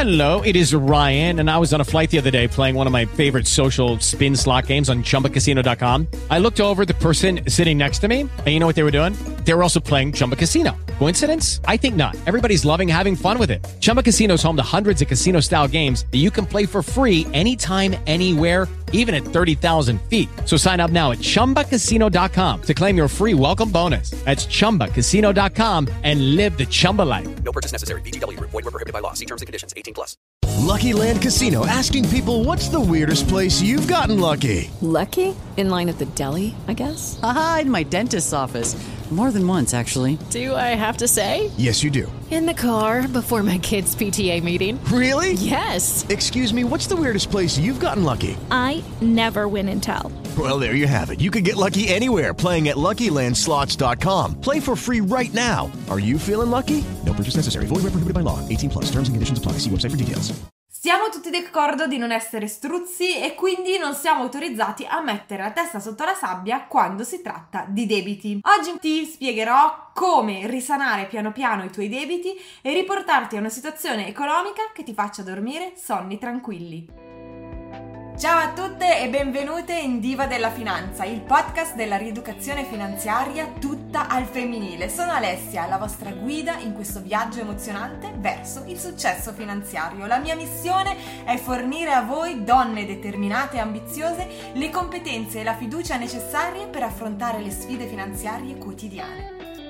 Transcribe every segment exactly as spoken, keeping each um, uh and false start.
Hello, it is Ryan, and I was on a flight the other day playing one of my favorite social spin slot games on Chumba Casino dot com. I looked over at the person sitting next to me, and you know what they were doing? They were also playing Chumba Casino. Coincidence? I think not. Everybody's loving having fun with it. Chumba Casino is home to hundreds of casino-style games that you can play for free anytime, anywhere, even at thirty thousand feet. So sign up now at Chumba Casino dot com to claim your free welcome bonus. That's Chumba Casino dot com and live the Chumba life. No purchase necessary. V G W. Void where prohibited by law. See terms and conditions. eighteen plus. Lucky Land Casino, asking people, what's the weirdest place you've gotten lucky? Lucky? In line at the deli, I guess? Aha, in my dentist's office. More than once, actually. Do I have to say? Yes, you do. In the car before my kids' P T A meeting. Really? Yes. Excuse me, what's the weirdest place you've gotten lucky? I never win and tell. Well, there you have it. You can get lucky anywhere, playing at Lucky Land Slots dot com. Play for free right now. Are you feeling lucky? No purchase necessary. Void where prohibited by law. eighteen plus. Terms and conditions apply. See website for details. Siamo tutti d'accordo di non essere struzzi e quindi non siamo autorizzati a mettere la testa sotto la sabbia quando si tratta di debiti. Oggi ti spiegherò come risanare piano piano i tuoi debiti e riportarti a una situazione economica che ti faccia dormire sonni tranquilli. Ciao a tutte e benvenute in Diva della Finanza, il podcast della rieducazione finanziaria tutta al femminile. Sono Alessia, la vostra guida in questo viaggio emozionante verso il successo finanziario. La mia missione è fornire a voi, donne determinate e ambiziose, le competenze e la fiducia necessarie per affrontare le sfide finanziarie quotidiane.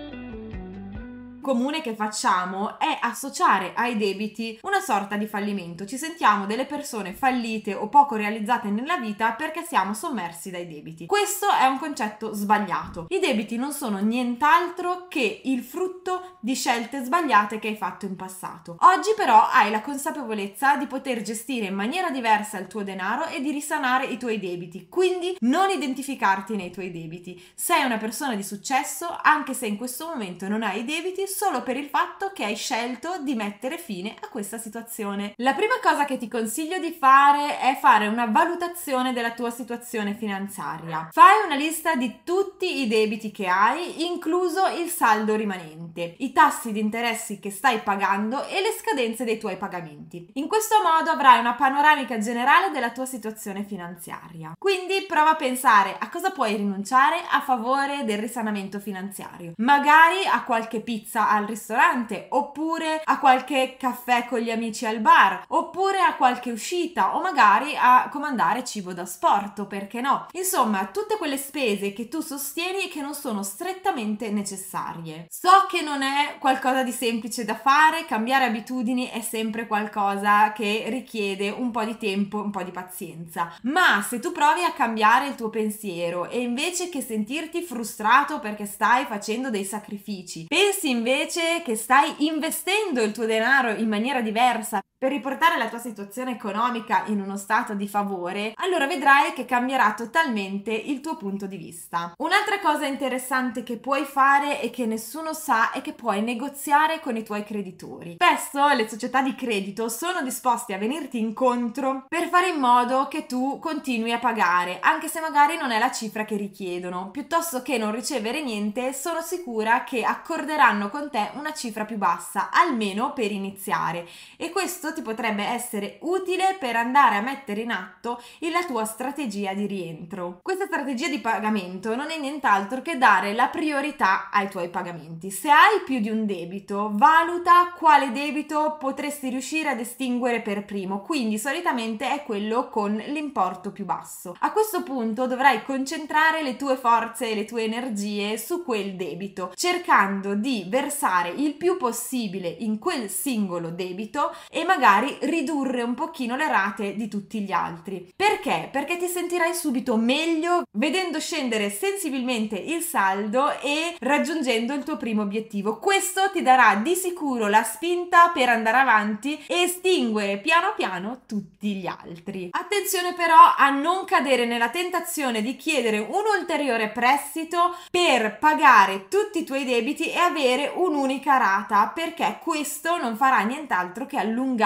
Comune che facciamo è associare ai debiti una sorta di fallimento. Ci sentiamo delle persone fallite o poco realizzate nella vita perché siamo sommersi dai debiti. Questo è un concetto sbagliato. I debiti non sono nient'altro che il frutto di scelte sbagliate che hai fatto in passato. Oggi però hai la consapevolezza di poter gestire in maniera diversa il tuo denaro e di risanare i tuoi debiti, quindi non identificarti nei tuoi debiti. Sei una persona di successo anche se in questo momento non hai i debiti, solo per il fatto che hai scelto di mettere fine a questa situazione. La prima cosa che ti consiglio di fare è fare una valutazione della tua situazione finanziaria. Fai una lista di tutti i debiti che hai, incluso il saldo rimanente, i tassi di interessi che stai pagando e le scadenze dei tuoi pagamenti. In questo modo avrai una panoramica generale della tua situazione finanziaria. Quindi prova a pensare a cosa puoi rinunciare a favore del risanamento finanziario. Magari a qualche pizza al ristorante, oppure a qualche caffè con gli amici al bar, oppure a qualche uscita o magari a comandare cibo da asporto, perché no? Insomma, tutte quelle spese che tu sostieni e che non sono strettamente necessarie. So che non è qualcosa di semplice da fare, cambiare abitudini è sempre qualcosa che richiede un po' di tempo, un po' di pazienza, ma se tu provi a cambiare il tuo pensiero e invece che sentirti frustrato perché stai facendo dei sacrifici, pensi invece che stai investendo il tuo denaro in maniera diversa per riportare la tua situazione economica in uno stato di favore, allora vedrai che cambierà totalmente il tuo punto di vista. Un'altra cosa interessante che puoi fare e che nessuno sa è che puoi negoziare con i tuoi creditori. Spesso le società di credito sono disposte a venirti incontro per fare in modo che tu continui a pagare, anche se magari non è la cifra che richiedono. Piuttosto che non ricevere niente, sono sicura che accorderanno con te una cifra più bassa, almeno per iniziare, e questo ti potrebbe essere utile per andare a mettere in atto la tua strategia di rientro. Questa strategia di pagamento non è nient'altro che dare la priorità ai tuoi pagamenti. Se hai più di un debito, valuta quale debito potresti riuscire ad estinguere per primo, quindi solitamente è quello con l'importo più basso. A questo punto dovrai concentrare le tue forze e le tue energie su quel debito, cercando di versare il più possibile in quel singolo debito e magari ridurre un pochino le rate di tutti gli altri. Perché? Perché ti sentirai subito meglio vedendo scendere sensibilmente il saldo e raggiungendo il tuo primo obiettivo. Questo ti darà di sicuro la spinta per andare avanti e estinguere piano piano tutti gli altri. Attenzione però a non cadere nella tentazione di chiedere un ulteriore prestito per pagare tutti i tuoi debiti e avere un'unica rata, perché questo non farà nient'altro che allungare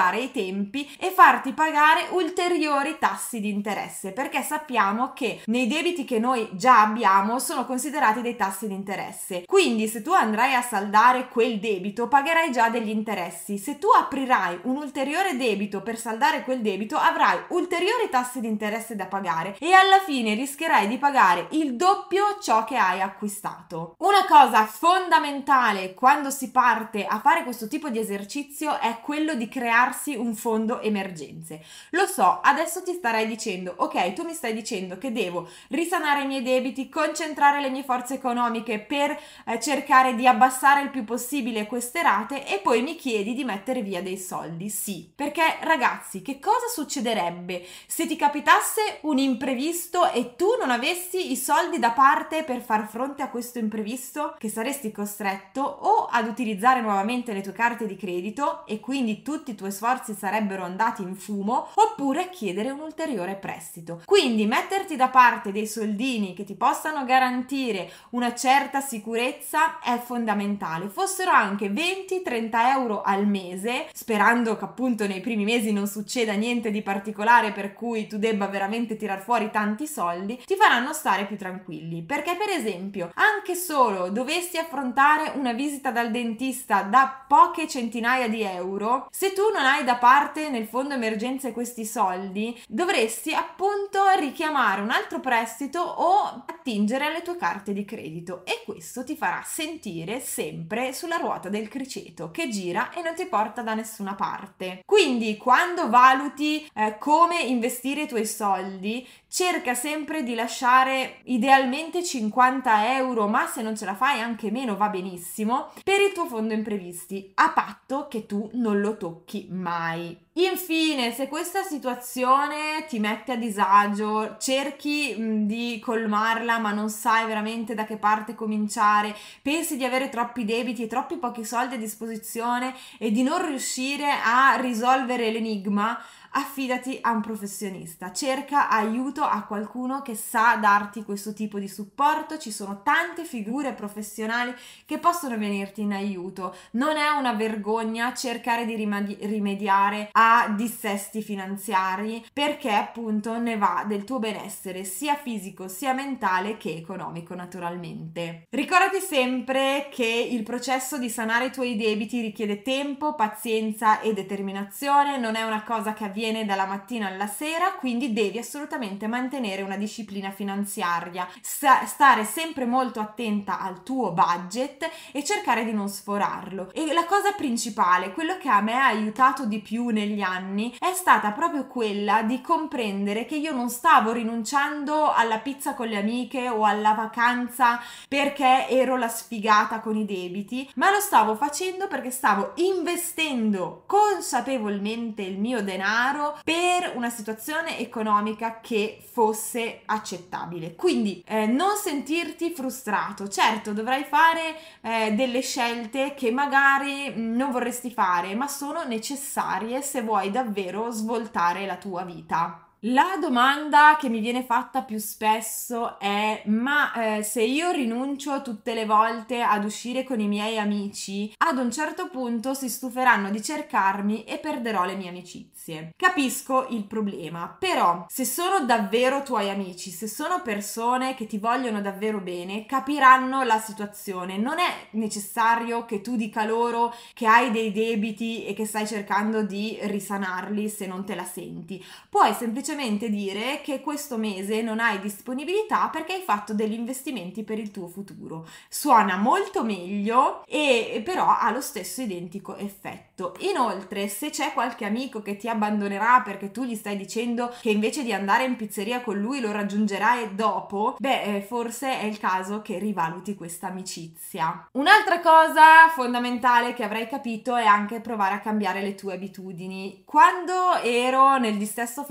allungare i tempi e farti pagare ulteriori tassi di interesse, perché sappiamo che nei debiti che noi già abbiamo sono considerati dei tassi di interesse. Quindi se tu andrai a saldare quel debito pagherai già degli interessi. Se tu aprirai un ulteriore debito per saldare quel debito avrai ulteriori tassi di interesse da pagare e alla fine rischierai di pagare il doppio ciò che hai acquistato. Una cosa fondamentale quando si parte a fare questo tipo di esercizio è quello di crearsi un fondo emergenze. Lo so, adesso ti starei dicendo, ok, tu mi stai dicendo che devo risanare i miei debiti, concentrare le mie forze economiche per eh, cercare di abbassare il più possibile queste rate e poi mi chiedi di mettere via dei soldi. Sì, perché ragazzi, che cosa succederebbe se ti capitasse un imprevisto e tu non avessi i soldi da parte per far fronte a questo imprevisto? Che saresti costretto o ad utilizzare nuovamente le tue carte di credito e quindi tutti i tuoi sforzi sarebbero andati in fumo, oppure a chiedere un ulteriore prestito. Quindi metterti da parte dei soldini che ti possano garantire una certa sicurezza è fondamentale. Fossero anche venti trenta euro al mese, sperando che appunto nei primi mesi non succeda niente di particolare per cui tu debba veramente tirar fuori tanti soldi, ti faranno stare più tranquilli. Perché per esempio anche solo dovessi affrontare una visita dal dentista da poche centinaia di euro, se tu non hai da parte nel fondo emergenze questi soldi dovresti appunto richiamare un altro prestito o attingere alle tue carte di credito e questo ti farà sentire sempre sulla ruota del criceto che gira e non ti porta da nessuna parte. Quindi quando valuti eh, come investire i tuoi soldi, cerca sempre di lasciare idealmente cinquanta euro, ma se non ce la fai anche meno va benissimo, per il tuo fondo imprevisti, a patto che tu non lo tocchi mai. Infine, se questa situazione ti mette a disagio, cerchi mh, di colmarla ma non sai veramente da che parte cominciare, pensi di avere troppi debiti e troppi pochi soldi a disposizione e di non riuscire a risolvere l'enigma, affidati a un professionista, cerca aiuto a qualcuno che sa darti questo tipo di supporto. Ci sono tante figure professionali che possono venirti in aiuto, non è una vergogna cercare di rimedi- rimediare a dissesti finanziari, perché appunto ne va del tuo benessere sia fisico sia mentale che economico naturalmente. Ricordati sempre che il processo di sanare i tuoi debiti richiede tempo, pazienza e determinazione, non è una cosa che avviene dalla mattina alla sera, quindi devi assolutamente mantenere una disciplina finanziaria, sta- stare sempre molto attenta al tuo budget e cercare di non sforarlo. E la cosa principale, quello che a me ha aiutato di più negli anni, è stata proprio quella di comprendere che io non stavo rinunciando alla pizza con le amiche o alla vacanza perché ero la sfigata con i debiti, ma lo stavo facendo perché stavo investendo consapevolmente il mio denaro per una situazione economica che fosse accettabile. Quindi eh, non sentirti frustrato. Certo, dovrai fare eh, delle scelte che magari non vorresti fare, ma sono necessarie se vuoi davvero svoltare la tua vita. La domanda che mi viene fatta più spesso è: ma eh, se io rinuncio tutte le volte ad uscire con i miei amici, ad un certo punto si stuferanno di cercarmi e perderò le mie amicizie. Capisco il problema, però se sono davvero tuoi amici, se sono persone che ti vogliono davvero bene, capiranno la situazione. Non è necessario che tu dica loro che hai dei debiti e che stai cercando di risanarli se non te la senti. Puoi semplicemente dire che questo mese non hai disponibilità perché hai fatto degli investimenti per il tuo futuro. Suona molto meglio e però ha lo stesso identico effetto. Inoltre, se c'è qualche amico che ti abbandonerà perché tu gli stai dicendo che invece di andare in pizzeria con lui lo raggiungerai dopo, beh, forse è il caso che rivaluti questa amicizia. Un'altra cosa fondamentale che avrai capito è anche provare a cambiare le tue abitudini. Quando ero nel dissesto finanziario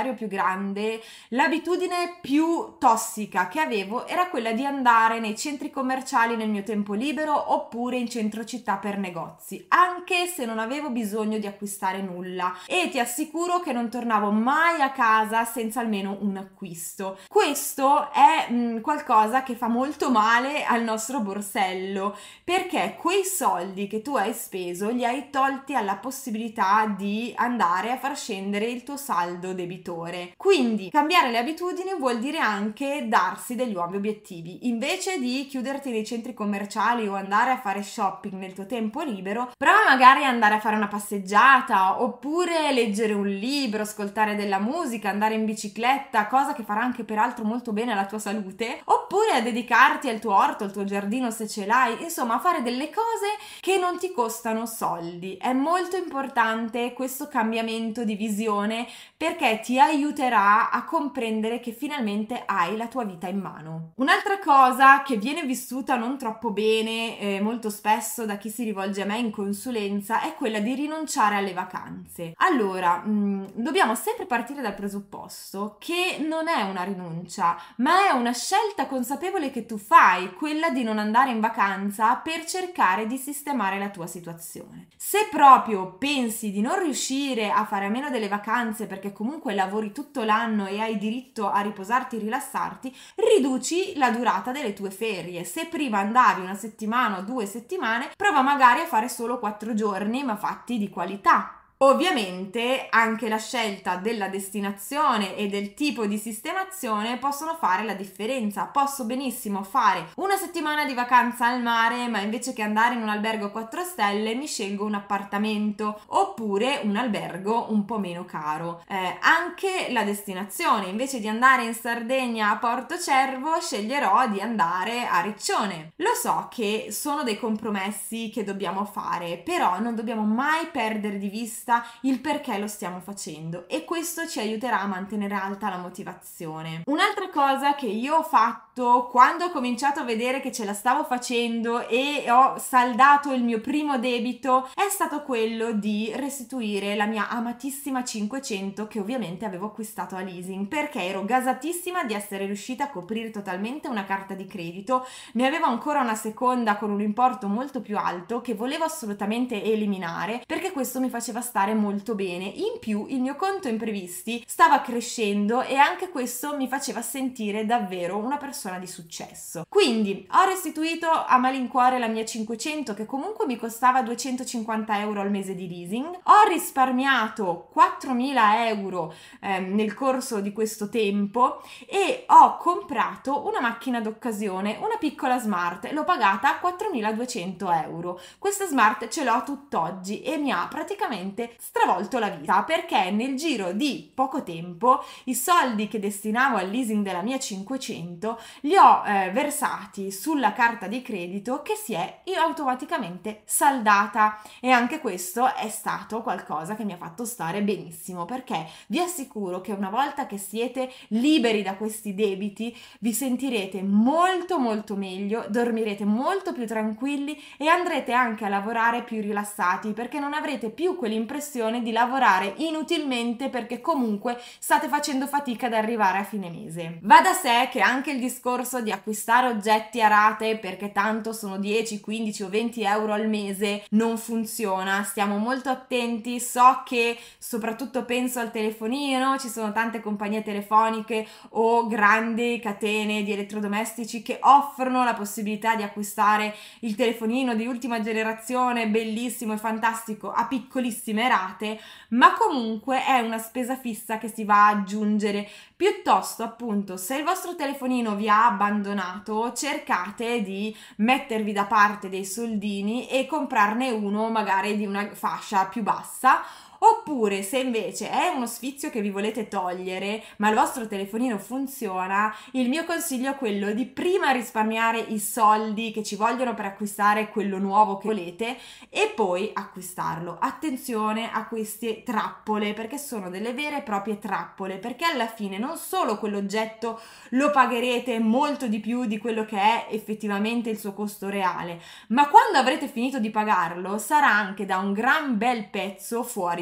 ero più grande, l'abitudine più tossica che avevo era quella di andare nei centri commerciali nel mio tempo libero oppure in centro città per negozi, anche se non avevo bisogno di acquistare nulla, e ti assicuro che non tornavo mai a casa senza almeno un acquisto. Questo è mh, qualcosa che fa molto male al nostro borsello, perché quei soldi che tu hai speso li hai tolti alla possibilità di andare a far scendere il tuo saldo debitore. Quindi cambiare le abitudini vuol dire anche darsi degli nuovi obiettivi. Invece di chiuderti nei centri commerciali o andare a fare shopping nel tuo tempo libero, prova magari ad andare a fare una passeggiata, oppure leggere un libro, ascoltare della musica, andare in bicicletta, cosa che farà anche peraltro molto bene alla tua salute, oppure a dedicarti al tuo orto, al tuo giardino se ce l'hai, insomma a fare delle cose che non ti costano soldi. È molto importante questo cambiamento di visione, perché ti aiuterà a comprendere che finalmente hai la tua vita in mano. Un'altra cosa che viene vissuta non troppo bene eh, molto spesso da chi si rivolge a me in consulenza è quella di rinunciare alle vacanze. Allora, mh, dobbiamo sempre partire dal presupposto che non è una rinuncia, ma è una scelta consapevole che tu fai, quella di non andare in vacanza per cercare di sistemare la tua situazione. Se proprio pensi di non riuscire a fare a meno delle vacanze perché comunque lavori tutto l'anno e hai diritto a riposarti e rilassarti, riduci la durata delle tue ferie. Se prima andavi una settimana o due settimane, prova magari a fare solo quattro giorni, ma fatti di qualità. Ovviamente anche la scelta della destinazione e del tipo di sistemazione possono fare la differenza. Posso benissimo fare una settimana di vacanza al mare, ma invece che andare in un albergo a quattro stelle mi scelgo un appartamento oppure un albergo un po' meno caro. Eh, anche la destinazione, invece di andare in Sardegna a Portocervo, sceglierò di andare a Riccione. Lo so che sono dei compromessi che dobbiamo fare, però non dobbiamo mai perdere di vista il perché lo stiamo facendo, e questo ci aiuterà a mantenere alta la motivazione. Un'altra cosa che io ho fatto quando ho cominciato a vedere che ce la stavo facendo e ho saldato il mio primo debito è stato quello di restituire la mia amatissima cinquecento, che ovviamente avevo acquistato a leasing, perché ero gasatissima di essere riuscita a coprire totalmente una carta di credito. Ne avevo ancora una seconda con un importo molto più alto che volevo assolutamente eliminare, perché questo mi faceva stare molto bene. In più il mio conto imprevisti stava crescendo e anche questo mi faceva sentire davvero una persona di successo. Quindi ho restituito a malincuore la mia cinquecento, che comunque mi costava duecentocinquanta euro al mese di leasing. Ho risparmiato quattromila euro eh, nel corso di questo tempo e ho comprato una macchina d'occasione, una piccola Smart, l'ho pagata quattromiladuecento euro. Questa Smart ce l'ho tutt'oggi e mi ha praticamente stravolto la vita, perché nel giro di poco tempo i soldi che destinavo al leasing della mia cinquecento li ho eh, versati sulla carta di credito, che si è automaticamente saldata, e anche questo è stato qualcosa che mi ha fatto stare benissimo, perché vi assicuro che una volta che siete liberi da questi debiti vi sentirete molto molto meglio, dormirete molto più tranquilli e andrete anche a lavorare più rilassati, perché non avrete più quell'impressione di lavorare inutilmente, perché comunque state facendo fatica ad arrivare a fine mese. Va da sé che anche il discorso di acquistare oggetti a rate perché tanto sono dieci, quindici o venti euro al mese non funziona. Stiamo molto attenti. So che soprattutto penso al telefonino, ci sono tante compagnie telefoniche o grandi catene di elettrodomestici che offrono la possibilità di acquistare il telefonino di ultima generazione bellissimo e fantastico a piccolissime rate, ma comunque è una spesa fissa che si va ad aggiungere. Piuttosto, appunto, se il vostro telefonino vi ha abbandonato, cercate di mettervi da parte dei soldini e comprarne uno magari di una fascia più bassa. Oppure, se invece è uno sfizio che vi volete togliere ma il vostro telefonino funziona, il mio consiglio è quello di prima risparmiare i soldi che ci vogliono per acquistare quello nuovo che volete e poi acquistarlo. Attenzione a queste trappole, perché sono delle vere e proprie trappole, perché alla fine non solo quell'oggetto lo pagherete molto di più di quello che è effettivamente il suo costo reale, ma quando avrete finito di pagarlo sarà anche da un gran bel pezzo fuori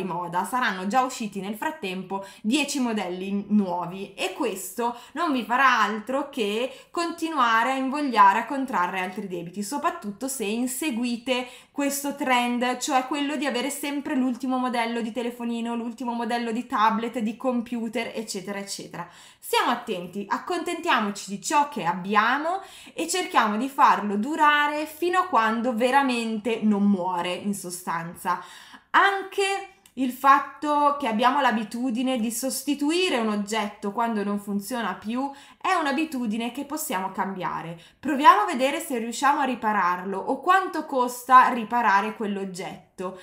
moda, saranno già usciti nel frattempo dieci modelli nuovi e questo non vi farà altro che continuare a invogliare a contrarre altri debiti, soprattutto se inseguite questo trend, cioè quello di avere sempre l'ultimo modello di telefonino, l'ultimo modello di tablet, di computer, eccetera eccetera. Stiamo attenti, accontentiamoci di ciò che abbiamo e cerchiamo di farlo durare fino a quando veramente non muore, in sostanza. Anche il fatto che abbiamo l'abitudine di sostituire un oggetto quando non funziona più è un'abitudine che possiamo cambiare. Proviamo a vedere se riusciamo a ripararlo o quanto costa riparare quell'oggetto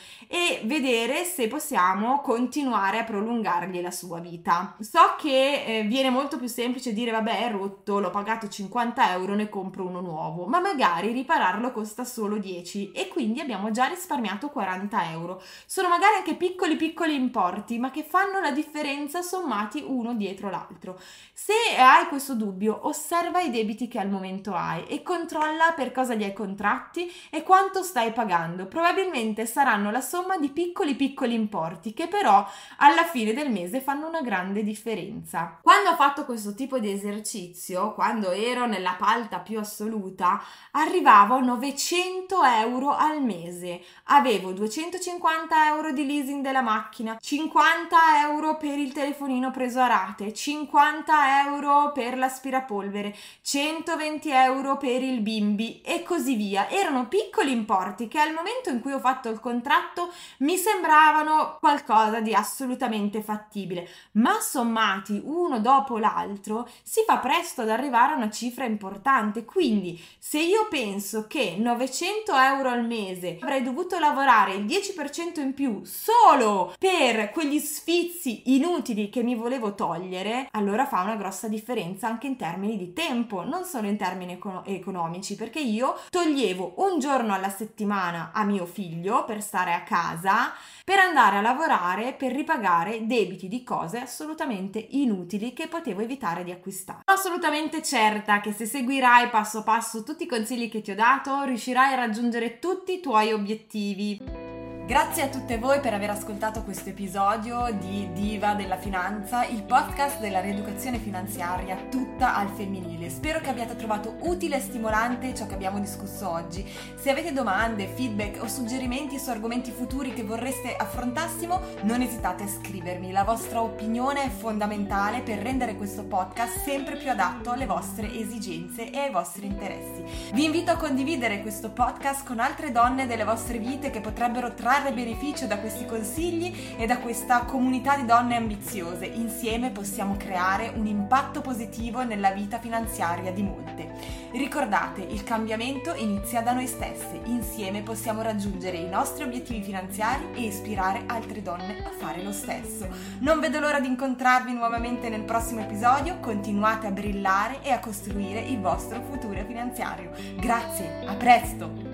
e vedere se possiamo continuare a prolungargli la sua vita. So che eh, viene molto più semplice dire vabbè è rotto, l'ho pagato cinquanta euro, ne compro uno nuovo, ma magari ripararlo costa solo dieci e quindi abbiamo già risparmiato quaranta euro. Sono magari anche piccoli piccoli importi ma che fanno la differenza sommati uno dietro l'altro. Se hai questo dubbio, osserva i debiti che al momento hai e controlla per cosa li hai contratti e quanto stai pagando. Probabilmente saranno la somma di piccoli piccoli importi che però alla fine del mese fanno una grande differenza. Quando ho fatto questo tipo di esercizio, quando ero nella palta più assoluta, arrivavo a novecento euro al mese. Avevo duecentocinquanta euro di leasing della macchina, cinquanta euro per il telefonino preso a rate, cinquanta euro per l'aspirapolvere, centoventi euro per il bimbi e così via. Erano piccoli importi che al momento in cui ho fatto il contratto mi sembravano qualcosa di assolutamente fattibile, ma sommati uno dopo l'altro si fa presto ad arrivare a una cifra importante. Quindi se io penso che novecento euro al mese avrei dovuto lavorare il dieci per cento in più solo per quegli sfizi inutili che mi volevo togliere, allora fa una grossa differenza anche in termini di tempo, non solo in termini econo- economici, perché io toglievo un giorno alla settimana a mio figlio per stare a casa, per andare a lavorare, per ripagare debiti di cose assolutamente inutili che potevo evitare di acquistare. Sono assolutamente certa che se seguirai passo passo tutti i consigli che ti ho dato, riuscirai a raggiungere tutti i tuoi obiettivi. Grazie a tutte voi per aver ascoltato questo episodio di Diva della Finanza, il podcast della rieducazione finanziaria tutta al femminile. Spero che abbiate trovato utile e stimolante ciò che abbiamo discusso oggi. Se avete domande, feedback o suggerimenti su argomenti futuri che vorreste affrontassimo, non esitate a scrivermi. La vostra opinione è fondamentale per rendere questo podcast sempre più adatto alle vostre esigenze e ai vostri interessi. Vi invito a condividere questo podcast con altre donne delle vostre vite che potrebbero trarre beneficio da questi consigli e da questa comunità di donne ambiziose. Insieme possiamo creare un impatto positivo nella vita finanziaria di molte. Ricordate, il cambiamento inizia da noi stesse. Insieme possiamo raggiungere i nostri obiettivi finanziari e ispirare altre donne a fare lo stesso. Non vedo l'ora di incontrarvi nuovamente nel prossimo episodio. Continuate a brillare e a costruire il vostro futuro finanziario. Grazie, a presto!